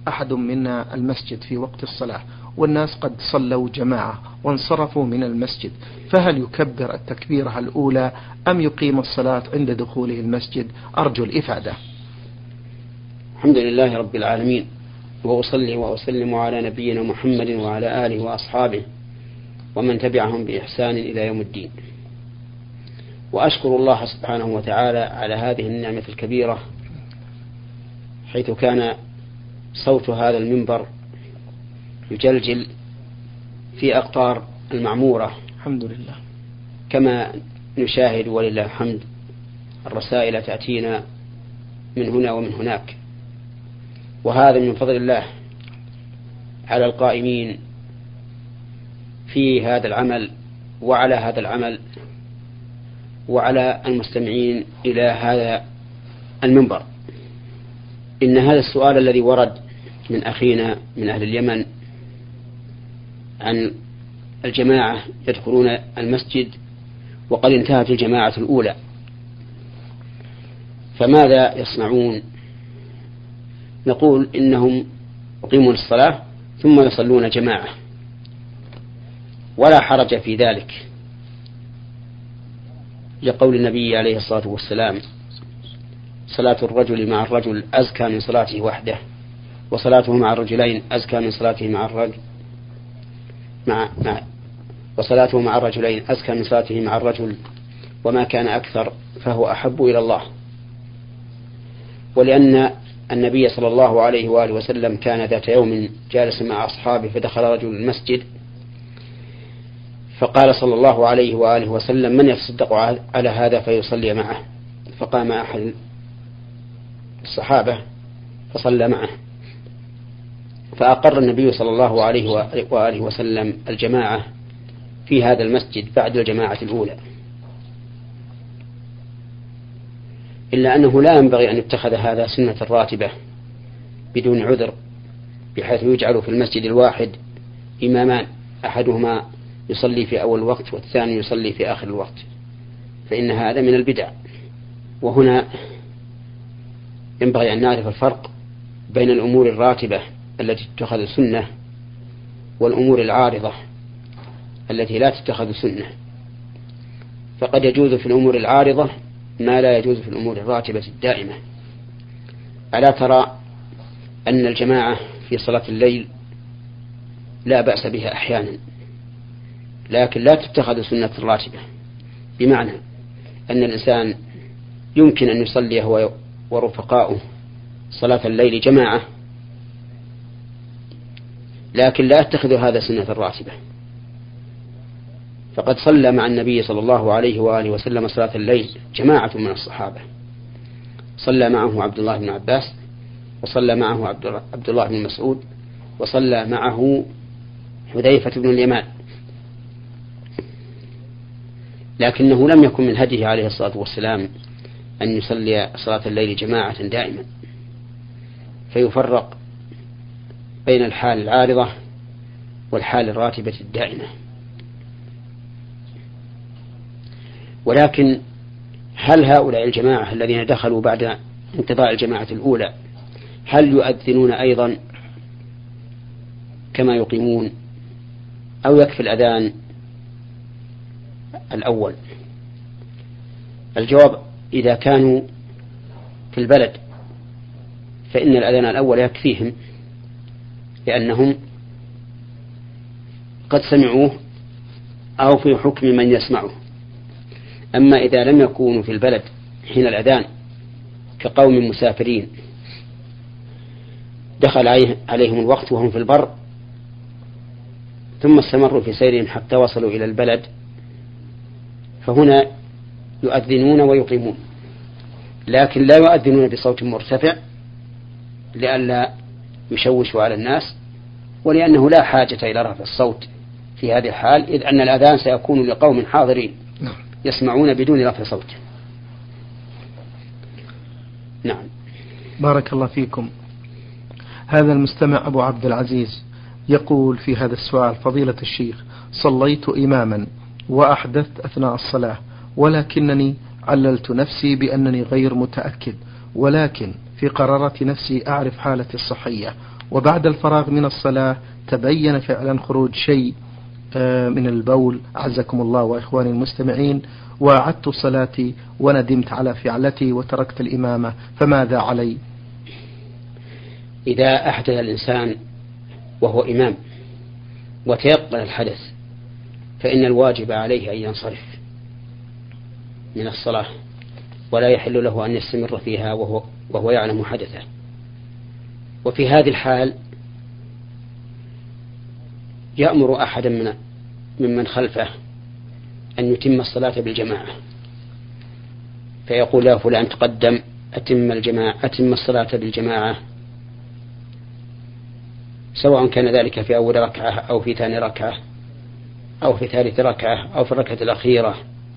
أحد منا المسجد في وقت الصلاة والناس قد صلوا جماعة وانصرفوا من المسجد، فهل يكبر التكبيرة الأولى أم يقيم الصلاة عند دخوله المسجد؟ أرجو الإفادة. الحمد لله رب العالمين، وأصلي وأسلم على نبينا محمد وعلى آله وأصحابه ومن تبعهم بإحسان إلى يوم الدين. وأشكر الله سبحانه وتعالى على هذه النعمة الكبيرة، حيث كان صوت هذا المنبر يجلجل في أقطار المعمورة، الحمد لله، كما نشاهد ولله الحمد الرسائل تأتينا من هنا ومن هناك، وهذا من فضل الله على القائمين في هذا العمل وعلى هذا العمل وعلى المستمعين إلى هذا المنبر. إن هذا السؤال الذي ورد من أخينا من أهل اليمن عن الجماعة يدخلون المسجد وقد انتهت الجماعة الأولى، فماذا يصنعون؟ نقول إنهم يقيمون الصلاة ثم يصلون جماعة، ولا حرج في ذلك، لقول النبي عليه الصلاة والسلام: صلاة الرجل مع الرجل أزكى من صلاته وحده، وصلاته مع الرجلين أزكى من صلاته مع الرجل وصلاته مع الرجلين أزكى من صلاته مع الرجل، وما كان أكثر فهو أحب إلى الله. ولأن النبي صلى الله عليه وآله وسلم كان ذات يوم جالس مع أصحابه فدخل رجل المسجد فقال صلى الله عليه وآله وسلم: من يتصدق على هذا فيصلي معه؟ فقام أحد الصحابة فصلى معه، فأقر النبي صلى الله عليه وآله وسلم الجماعة في هذا المسجد بعد الجماعة الأولى. إلا أنه لا ينبغي أن يتخذ هذا سنة راتبة بدون عذر، بحيث يجعل في المسجد الواحد إمامان، أحدهما يصلي في أول الوقت والثاني يصلي في آخر الوقت، فإن هذا من البدع. وهنا ينبغي أن نعرف الفرق بين الأمور الراتبة التي تتخذ سنة والأمور العارضة التي لا تتخذ سنة. فقد يجوز في الأمور العارضة ما لا يجوز في الأمور الراتبة الدائمة. ألا ترى أن الجماعة في صلاة الليل لا بأس بها أحيانا، لكن لا تتخذ سنة راتبة، بمعنى أن الإنسان يمكن أن يصلي هو ورفقاؤه صلاة الليل جماعة، لكن لا يتخذ هذا سنة راتبة. فقد صلى مع النبي صلى الله عليه وآله وسلم صلاة الليل جماعة من الصحابة، صلى معه عبد الله بن عباس، وصلى معه عبد الله بن مسعود، وصلى معه حذيفة بن اليمان، لكنه لم يكن من هديه عليه الصلاة والسلام أن يصلي صلاة الليل جماعة دائما، فيفرق بين الحال العارضة والحال الراتبة الدائمة. ولكن هل هؤلاء الجماعة الذين دخلوا بعد انقضاء الجماعة الأولى هل يؤذنون أيضا كما يقيمون، أو يكفي الأذان الأول؟ الجواب: إذا كانوا في البلد فإن الأذان الأول يكفيهم، لأنهم قد سمعوه أو في حكم من يسمعه. أما إذا لم يكونوا في البلد حين الأذان كقوم مسافرين دخل عليهم الوقت وهم في البر ثم استمروا في سيرهم حتى وصلوا إلى البلد، فهنا يؤذنون ويقيمون، لكن لا يؤذنون بصوت مرتفع لئلا يشوشوا على الناس، ولأنه لا حاجة إلى رفع الصوت في هذه الحال، إذ أن الأذان سيكون لقوم حاضرين يسمعون بدون رفع صوت. نعم. بارك الله فيكم. هذا المستمع أبو عبد العزيز يقول في هذا السؤال: فضيلة الشيخ، صليت إماما وأحدثت أثناء الصلاة، ولكنني عللت نفسي بأنني غير متأكد، ولكن في قرارة نفسي أعرف حالتي الصحية وبعد الفراغ من الصلاة تبين فعلا خروج شيء من البول أعزكم الله وإخواني المستمعين، وأعدت صلاتي وندمت على فعلتي وتركت الإمامة، فماذا علي؟ إذا أحدث الإنسان وهو إمام وتيقن الحدث فإن الواجب عليه أن ينصرف من الصلاة، ولا يحل له أن يستمر فيها وهو يعلم حدثه. وفي هذه الحال يأمر أحدا ممن خلفه أن يتم الصلاة بالجماعة، فيقول يا فلان تقدم أتم الصلاة بالجماعة، سواء كان ذلك في أول ركعة أو في ثاني ركعة أو في ثالث ركعة أو في الركعة الأخيرة.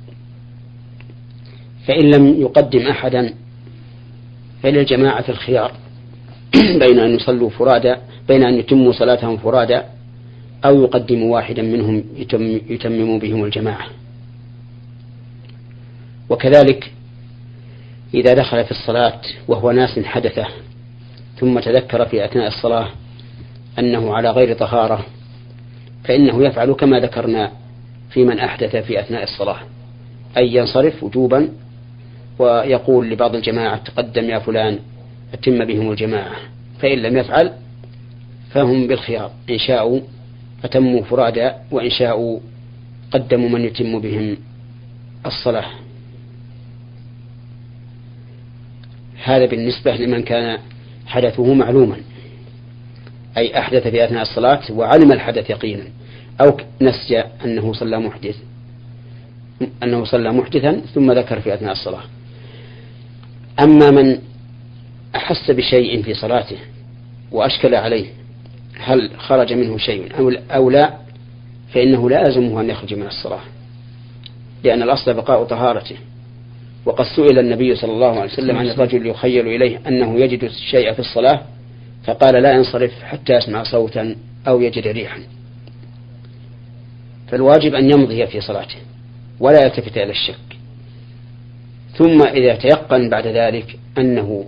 فإن لم يقدم أحدا فللجماعة الخيار بين أن يصلوا فرادى، بين أن يتموا صلاتهم فرادى أو يقدموا واحدا منهم يتمموا بهم الجماعة. وكذلك إذا دخل في الصلاة وهو ناس حدثه ثم تذكر في أثناء الصلاة أنه على غير طهارة فإنه يفعل كما ذكرنا في من أحدث في أثناء الصلاة، أي ينصرف وجوبا ويقول لبعض الجماعة تقدم يا فلان أتم بهم الجماعة، فإن لم يفعل فهم بالخيار، إن شاءوا أتموا فرادى وإن شاءوا قدموا من يتم بهم الصلاة. هذا بالنسبة لمن كان حدثه معلوما، أي أحدث في أثناء الصلاة وعلم الحدث يقينا، أو نسي أنه صلى محدثا ثم ذكر في أثناء الصلاة. أما من أحس بشيء في صلاته وأشكل عليه هل خرج منه شيء أو لا، فإنه لا يلزمه أن يخرج من الصلاة، لأن الأصل بقاء طهارته. وقد سئل النبي صلى الله عليه وسلم عن الرجل يخيل إليه أنه يجد الشيء في الصلاة فقال لا ينصرف حتى يسمع صوتا أو يجد ريحا. فالواجب أن يمضي في صلاته ولا يلتفت إلى الشك، ثم إذا تيقن بعد ذلك أنه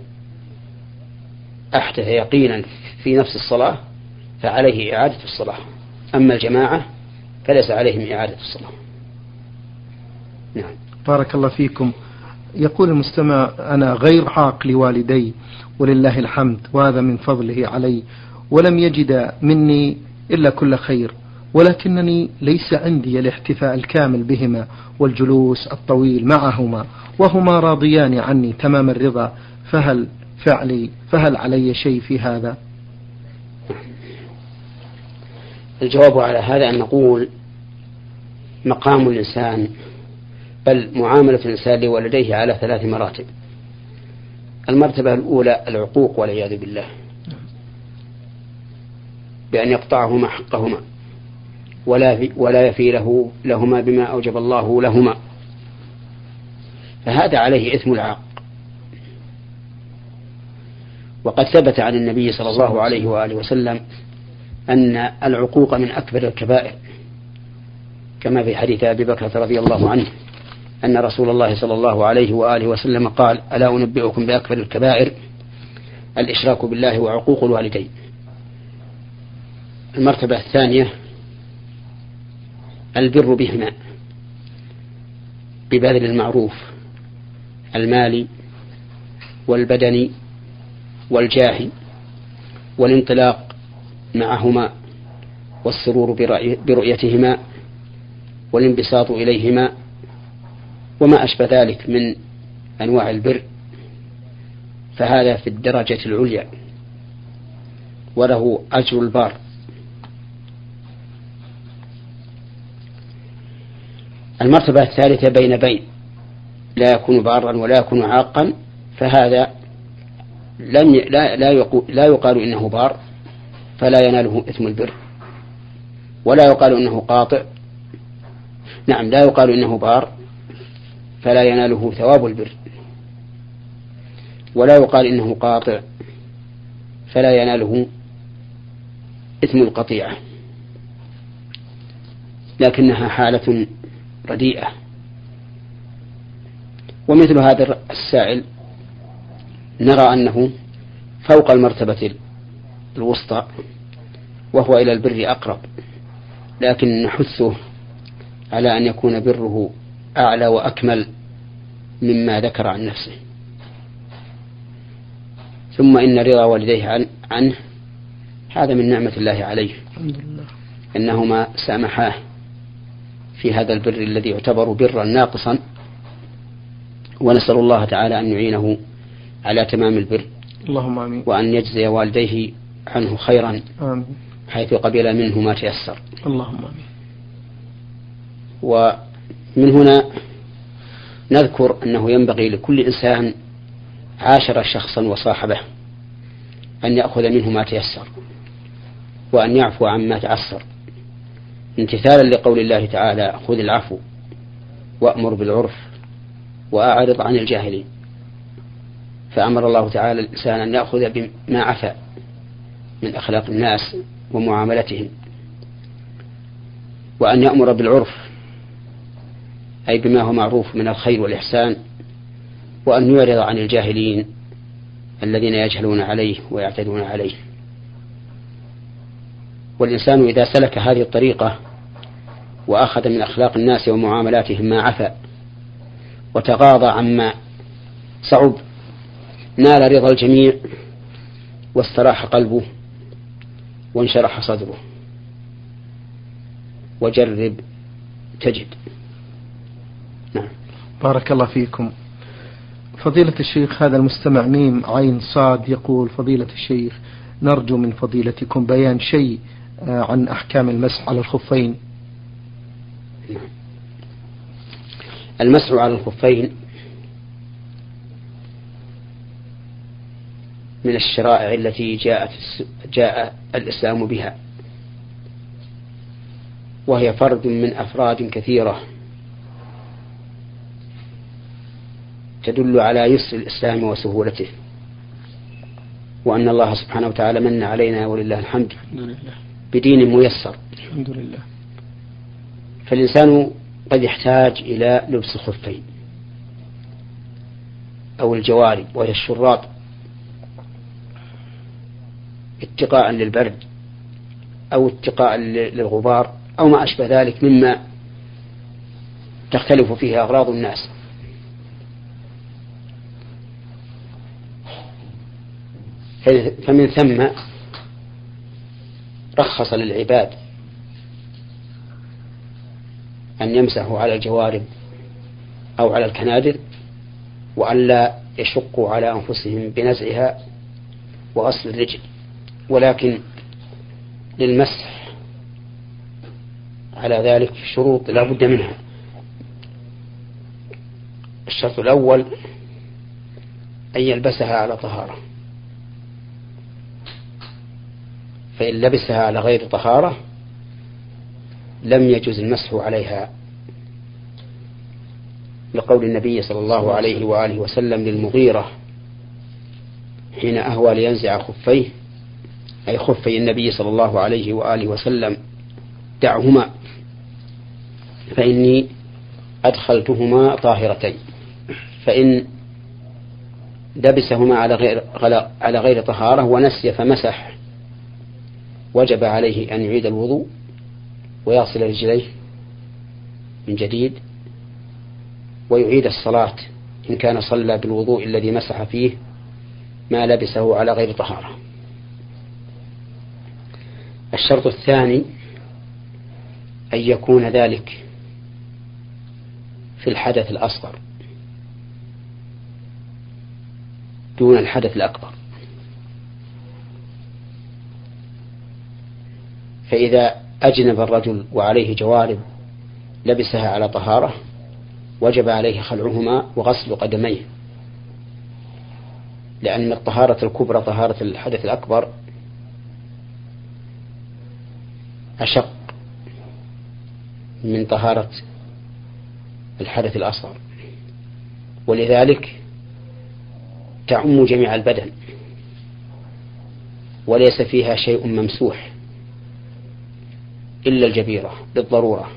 أحدث يقينا في نفس الصلاة فعليه إعادة الصلاة. أما الجماعة فليس عليهم إعادة الصلاة. نعم. بارك الله فيكم. يقول المستمع أنا غير عاق لوالدي ولله الحمد وهذا من فضله علي، ولم يجد مني إلا كل خير، ولكنني ليس عندي الاحتفاء الكامل بهما والجلوس الطويل معهما، وهما راضيان عني تمام الرضا، فهل علي شيء في هذا؟ الجواب على هذا أن نقول مقام الإنسان بل معاملة الإنسان لوالديه على 3 مراتب. المرتبة الأولى العقوق والعياذ بالله، بأن يقطعهما حقهما ولا يفي لهما بما أوجب الله لهما، فهذا عليه إثم العاق. وقد ثبت عن النبي صلى الله عليه وآله وسلم أن العقوق من أكبر الكبائر، كما في حديث أبي بكر رضي الله عنه أن رسول الله صلى الله عليه وآله وسلم قال ألا أنبئكم بأكبر الكبائر؟ الإشراك بالله وعقوق الوالدين. المرتبة الثانية البر بهما ببذل المعروف المالي والبدني والجاه والانطلاق معهما والسرور برؤيتهما والانبساط إليهما وما أشبه ذلك من أنواع البر، فهذا في الدرجة العليا وله أجر البار. المرتبة الثالثة بين لا يكون بارا ولا يكون عاقا، فهذا لا يقال إنه بار فلا يناله إثم البر، ولا يقال إنه قاطع، نعم لا يقال إنه بار فلا يناله ثواب البر، ولا يقال إنه قاطع فلا يناله إثم القطيعة، لكنها حالة رديئة. ومثل هذا السائل نرى أنه فوق المرتبة الوسطى وهو إلى البر أقرب، لكن نحثه على أن يكون بره أعلى وأكمل مما ذكر عن نفسه. ثم إن رضا والديه عنه هذا من نعمة الله عليه، إنهما سامحاه في هذا البر الذي يعتبر برا ناقصا، ونسأل الله تعالى أن يعينه على تمام البر، اللهم آمين، وأن يجزي والديه عنه خيرا آمين، حيث قبل منه ما تيسر، اللهم آمين. ومن هنا نذكر أنه ينبغي لكل إنسان عاشر شخصا وصاحبه أن يأخذ منه ما تيسر وأن يعفو عما تعسر، امتثالا لقول الله تعالى: خذ العفو وأمر بالعرف وأعرض عن الجاهلين. فأمر الله تعالى الإنسان أن يأخذ بما عفى من أخلاق الناس ومعاملتهم، وأن يأمر بالعرف أي بما هو معروف من الخير والإحسان، وأن يعرض عن الجاهلين الذين يجهلون عليه ويعتدون عليه. والإنسان إذا سلك هذه الطريقة وأخذ من أخلاق الناس ومعاملاتهم ما عفى وتغاضى عما صعب نال رضا الجميع واستراح قلبه وانشرح صدره. وجرب تجد. نعم. بارك الله فيكم. فضيلة الشيخ، هذا المستمع ميم عين صاد يقول: فضيلة الشيخ، نرجو من فضيلتكم بيان شيء عن أحكام المسح على الخفين. المسح على الخفين من الشرائع التي جاء الإسلام بها، وهي فرد من أفراد كثيرة تدل على يسر الإسلام وسهولته، وأن الله سبحانه وتعالى من علينا ولله الحمد بدين ميسر الحمد لله. فالإنسان قد يحتاج إلى لبس الخفين أو الجوارب وهي الشراط اتقاء للبرد أو اتقاء للغبار أو ما أشبه ذلك مما تختلف فيه أغراض الناس. فمن ثم رخص للعباد أن يمسحوا على الجوارب أو على الكنادر، وأن لا يشقوا على أنفسهم بنزعها وغسل الرجل، ولكن للمسح على ذلك شروط لا بد منها. الشرط الأول أن يلبسها على طهارة، فإن لبسها على غير طهارة لم يجوز المسح عليها، لقول النبي صلى الله عليه وآله وسلم للمغيرة حين أهوى لينزع خفيه، أي خفي النبي صلى الله عليه وآله وسلم: دعهما فإني أدخلتهما طاهرتين. فإن لبسهما على غير طهارة ونسي فمسح وجب عليه أن يعيد الوضوء ويغسل رجليه من جديد ويعيد الصلاة إن كان صلى بالوضوء الذي مسح فيه ما لبسه على غير طهارة. الشرط الثاني أن يكون ذلك في الحدث الأصغر دون الحدث الأكبر، فإذا أجنب الرجل وعليه جوارب لبسها على طهارة وجب عليه خلعهما وغسل قدميه، لأن الطهارة الكبرى طهارة الحدث الأكبر أشق من طهارة الحدث الأصغر، ولذلك تعم جميع البدن وليس فيها شيء ممسوح إلا الجبيرة بالضرورة،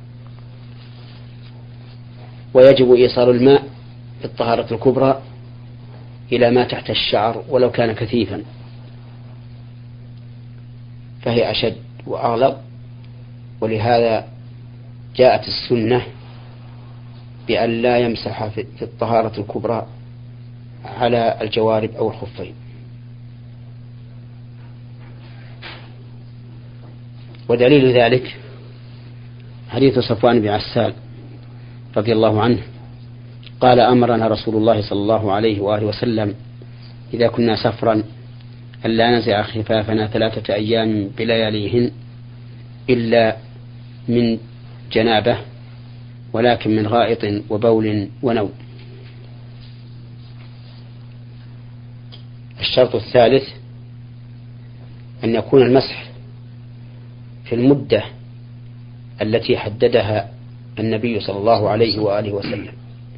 ويجب إيصال الماء في الطهارة الكبرى إلى ما تحت الشعر ولو كان كثيفا، فهي أشد وأغلظ، ولهذا جاءت السنة بأن لا يمسح في الطهارة الكبرى على الجوارب أو الخفين. ودليل ذلك حديث صفوان بن عسال رضي الله عنه قال: أمرنا رسول الله صلى الله عليه وآله وسلم إذا كنا سفرا ألا ننزع خفافنا 3 أيام بلياليهن إلا من جنابة، ولكن من غائط وبول ونوم. الشرط الثالث أن يكون المسح في المدة التي حددها النبي صلى الله عليه وآله وسلم،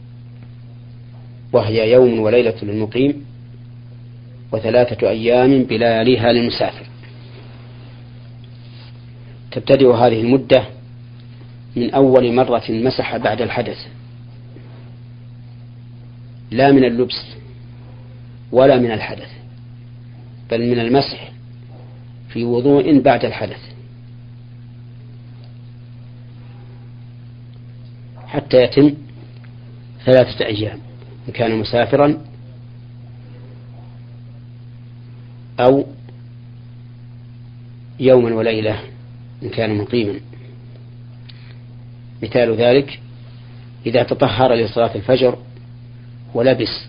وهي يوم وليلة للمقيم و3 أيام بلياليها للمسافر. تبتدئ هذه المدة من أول مرة مسح بعد الحدث، لا من اللبس ولا من الحدث، بل من المسح في وضوء بعد الحدث، حتى يتم 3 أيام إن كان مسافرا أو يوما وليلة إن كان مقيما. مثال ذلك: إذا تطهر لصلاة الفجر ولبس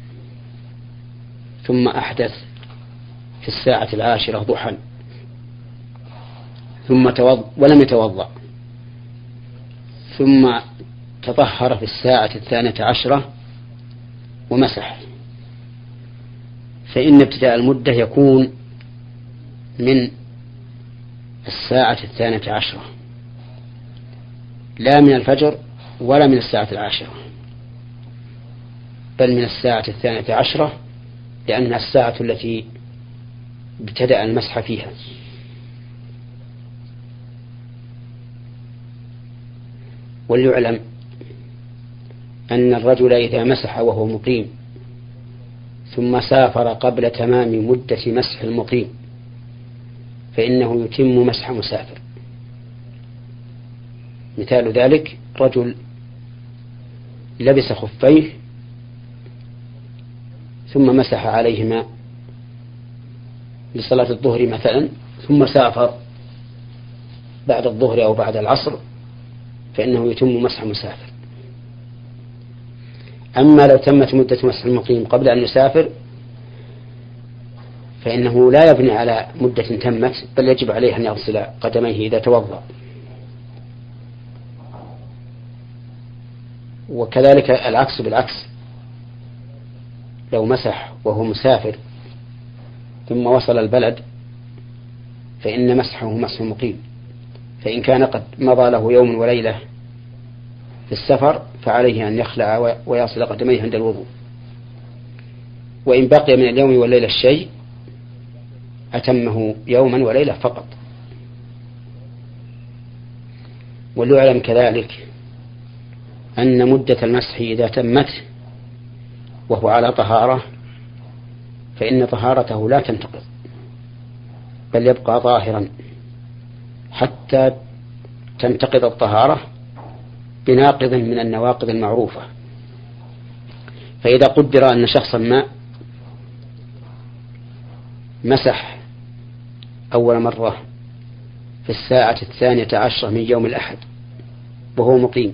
ثم أحدث في 10 ضحى ولم يتوضأ، ثم تطهر في 12 ومسح، فإن ابتداء المدة يكون من 12 لا من الفجر ولا من 10 بل من 12 لأنها الساعة التي ابتدأ المسح فيها. وليعلم أن الرجل إذا مسح وهو مقيم ثم سافر قبل تمام مدة مسح المقيم فإنه يتم مسح مسافر. مثال ذلك: رجل لبس خفيه ثم مسح عليهما لصلاة الظهر مثلا، ثم سافر بعد الظهر أو بعد العصر، فإنه يتم مسح مسافر. أما لو تمت مدة مسح المقيم قبل أن يسافر فإنه لا يبني على مدة تمت، بل يجب عليه أن يغسل قدميه إذا توضأ. وكذلك العكس بالعكس: لو مسح وهو مسافر ثم وصل البلد فإن مسحه مسح مقيم، فإن كان قد مضى له يوم وليلة في السفر فعليه أن يخلع ويصل قدميه عند الوضوء، وإن بقي من اليوم والليلة الشيء أتمه يوما وليلة فقط. وليعلم كذلك أن مدة المسح إذا تمت وهو على طهارة فإن طهارته لا تنتقض، بل يبقى ظاهرا حتى تنتقض الطهارة بناقض من النواقض المعروفة. فإذا قدر أن شخصا ما مسح أول مرة في 12 من يوم الأحد وهو مقيم،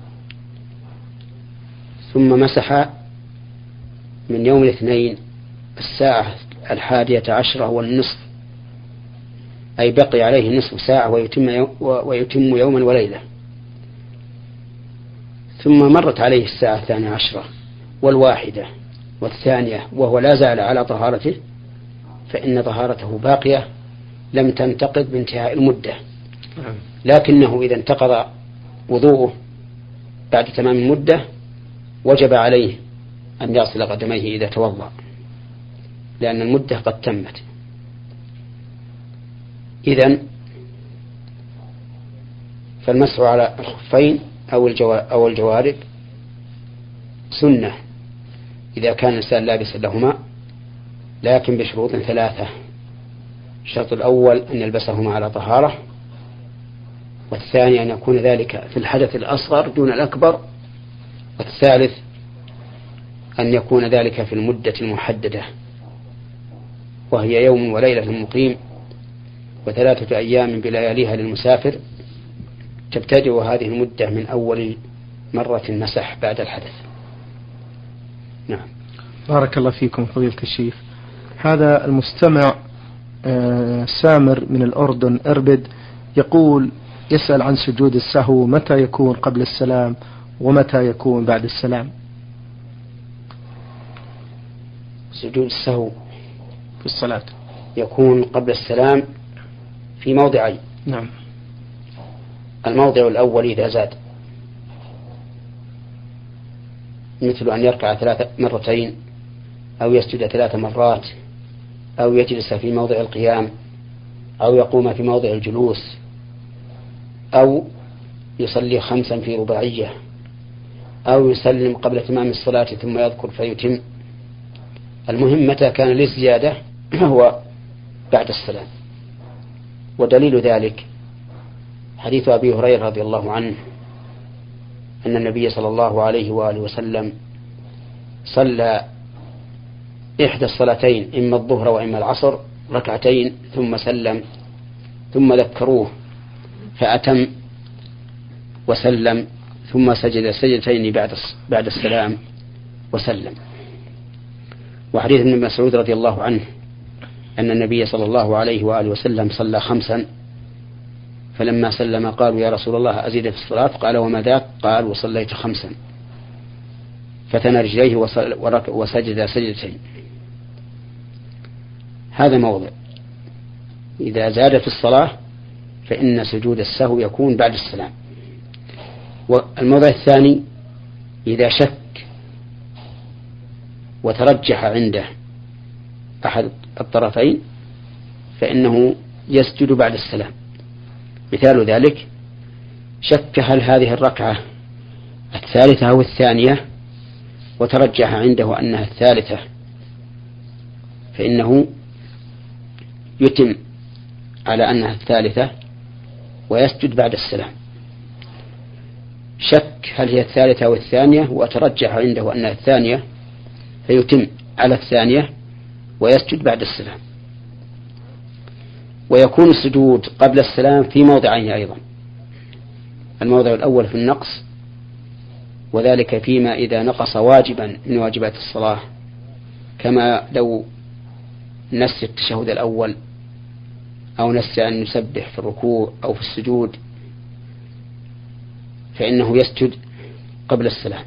ثم مسح من يوم الاثنين 11 والنصف، أي بقي عليه نصف ساعة ويتم يوما وليلة، ثم مرت عليه 12 والواحدة والثانية وهو لا زال على طهارته، فإن طهارته باقية لم تنتقض بانتهاء المدة، لكنه إذا انتقض وضوءه بعد تمام المدة وجب عليه أن يغسل قدميه إذا توضأ، لأن المدة قد تمت. إذن فالمسح على الخفين أو الجوارب سنة إذا كان الإنسان لابسا لهما، لكن بشروط 3: الشرط الأول أن يلبسهما على طهارة، والثاني أن يكون ذلك في الحدث الأصغر دون الأكبر، والثالث أن يكون ذلك في المدة المحددة وهي يوم وليلة للمقيم و3 أيام بلياليها للمسافر، تبتدئ هذه المدة من أول مرة مسح بعد الحدث. نعم. بارك الله فيكم فضيلة الشيخ. هذا المستمع سامر من الأردن أربد يقول يسأل عن سجود السهو، متى يكون قبل السلام ومتى يكون بعد السلام؟ سجود السهو في الصلاة يكون قبل السلام في موضعين. نعم. الموضع الأول إذا زاد، مثل أن يركع 3 مرتين أو يسجد 3 مرات أو يجلس في موضع القيام أو يقوم في موضع الجلوس أو يصلي 5 في رباعية أو يسلم قبل تمام الصلاة ثم يذكر فيتم. المهم متى كان للزيادة هو بعد السلام. ودليل ذلك حديث أبي هريرة رضي الله عنه أن النبي صلى الله عليه وآله وسلم صلى إحدى الصلاتين إما الظهر وإما العصر ركعتين ثم سلم، ثم ذكروه فأتم وسلم، ثم سجد سجدتين بعد السلام وسلم. وحديث ابن مسعود رضي الله عنه أن النبي صلى الله عليه وآله وسلم صلى 5 فلما سلم قالوا يا رسول الله أزيد في الصلاة؟ قال وما ذاك؟ قال وصليت 5. فتنى رجليه وسجد سجدتين. هذا موضع إذا زاد في الصلاة فإن سجود السهو يكون بعد السلام. والموضع الثاني إذا شك وترجح عنده أحد الطرفين فإنه يسجد بعد السلام. مثال ذلك شك هل هذه الركعة 3 أو 2 وترجح عنده أنها 3 فإنه يتم على أنها 3 ويسجد بعد السلام. شك هل هي 3 أو 2 وترجح عنده أنها 2 فيتم على 2 ويسجد بعد السلام. ويكون السجود قبل السلام في موضعين أيضا. الموضع الأول في النقص، وذلك فيما إذا نقص واجبا من واجبات الصلاة، كما لو نسي التشهد الأول أو نسي أن يسبح في الركوع أو في السجود فإنه يسجد قبل السلام.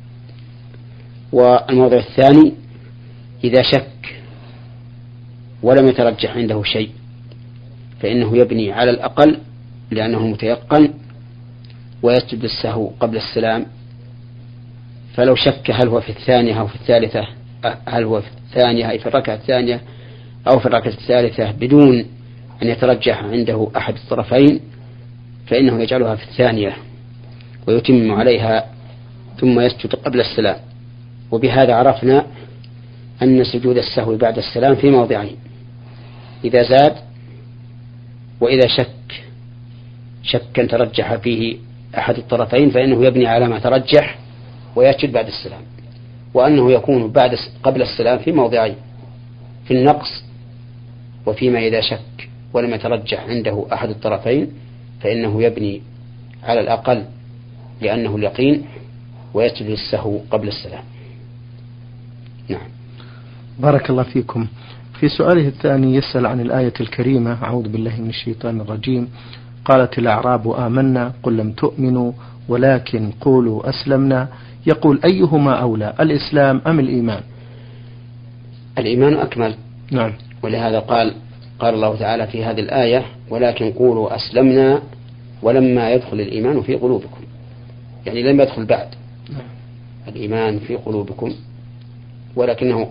والموضع الثاني إذا شك ولم يترجح عنده شيء فإنه يبني على الأقل لأنه متيقن ويسجد السهو قبل السلام. فلو شك هل هو في 2 أو في 3، هل هو في 2 أي في الركعة 2 أو في الركعة 3 بدون أن يترجح عنده أحد الطرفين فإنه يجعلها في 2 ويتم عليها ثم يسجد قبل السلام. وبهذا عرفنا أن سجود السهو بعد السلام في موضعين: إذا زاد وإذا شكا ترجح فيه أحد الطرفين فإنه يبني على ما ترجح ويسجد بعد السلام. وأنه يكون قبل السلام في موضعين: في النقص وفيما إذا شك ولم يترجح عنده أحد الطرفين فإنه يبني على الأقل لأنه اليقين ويسجد السهو قبل السلام. نعم. بارك الله فيكم. في سؤاله الثاني يسأل عن الآية الكريمة: أعوذ بالله من الشيطان الرجيم، قالت الأعراب آمنا قل لم تؤمنوا ولكن قولوا أسلمنا. يقول أيهما أولى، الإسلام أم الإيمان؟ الإيمان أكمل. نعم. ولهذا قال الله تعالى في هذه الآية: ولكن قولوا أسلمنا ولما يدخل الإيمان في قلوبكم، يعني لم يدخل بعد الإيمان في قلوبكم، ولكنه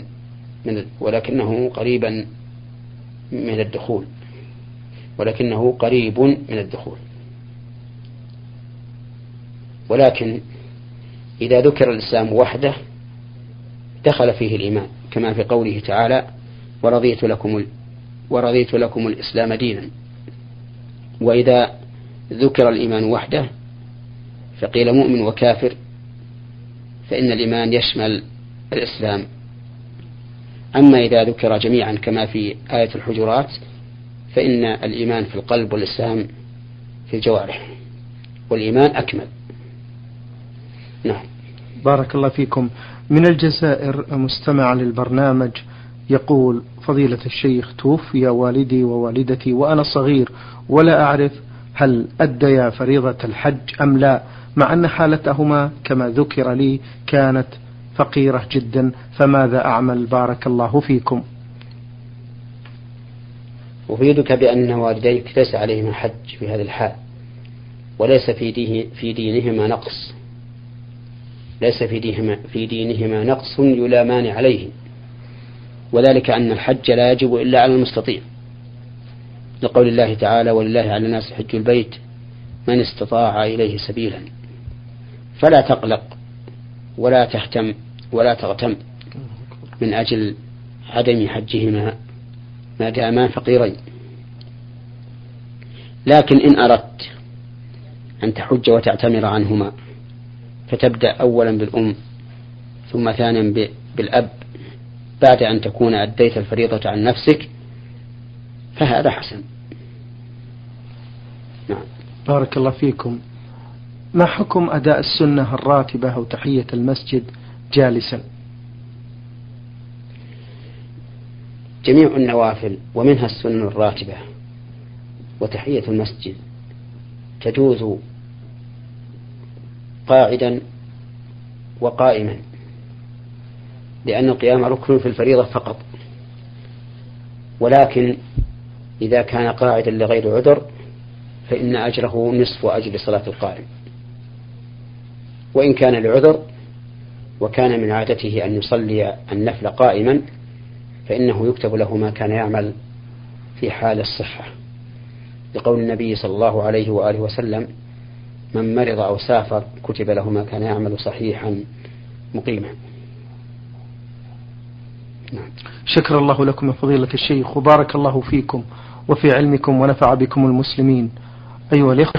قريبا من الدخول، ولكنه قريب من الدخول. ولكن إذا ذكر الإسلام وحده دخل فيه الإيمان، كما في قوله تعالى: ورضيت لكم ورضيت لكم الإسلام دينا. وإذا ذكر الإيمان وحده فقيل مؤمن وكافر، فإن الإيمان يشمل الإسلام. أما إذا ذكر جميعا كما في آية الحجرات فإن الإيمان في القلب والإسلام في الجوارح، والإيمان أكمل. نعم. بارك الله فيكم. من الجزائر مستمع للبرنامج يقول: فضيلة الشيخ، توفي والدي ووالدتي وأنا صغير ولا أعرف هل أديا فريضة الحج أم لا، مع أن حالتهما كما ذكر لي كانت فقيرة جدا، فماذا أعمل بارك الله فيكم؟ أفيدك بأن والديك ليس عليهما حج في هذا الحال، وليس في دينهما نقص، ليس في دينهما نقص يلامان عليه، وذلك أن الحج لا يجب إلا على المستطيع، لقول الله تعالى: ولله على الناس حج البيت من استطاع إليه سبيلا. فلا تقلق ولا تهتم ولا تغتم من أجل عدم حجهما ما داما فقيرين. لكن إن أردت أن تحج وتعتمر عنهما فتبدأ أولا بالأم ثم ثانيا بالأب بعد أن تكون أديت الفريضة عن نفسك، فهذا حسن. نعم. بارك الله فيكم. ما حكم أداء السنة الراتبة أو تحية المسجد جالسا؟ جميع النوافل ومنها السنن الراتبة وتحية المسجد تجوز قاعدا وقائما، لأن القيام ركن في الفريضة فقط، ولكن إذا كان قاعدا لغير عذر فإن أجره نصف أجر صلاة القائم، وإن كان لعذر وكان من عادته أن يصلي النفل قائما فإنه يكتب له ما كان يعمل في حال الصحة، لقول النبي صلى الله عليه وآله وسلم: من مرض أو سافر كتب له ما كان يعمل صحيحا مقيما. نعم. شكر الله لكم يا فضيلة الشيخ، وبارك الله فيكم وفي علمكم ونفع بكم المسلمين. أيها الإخوة.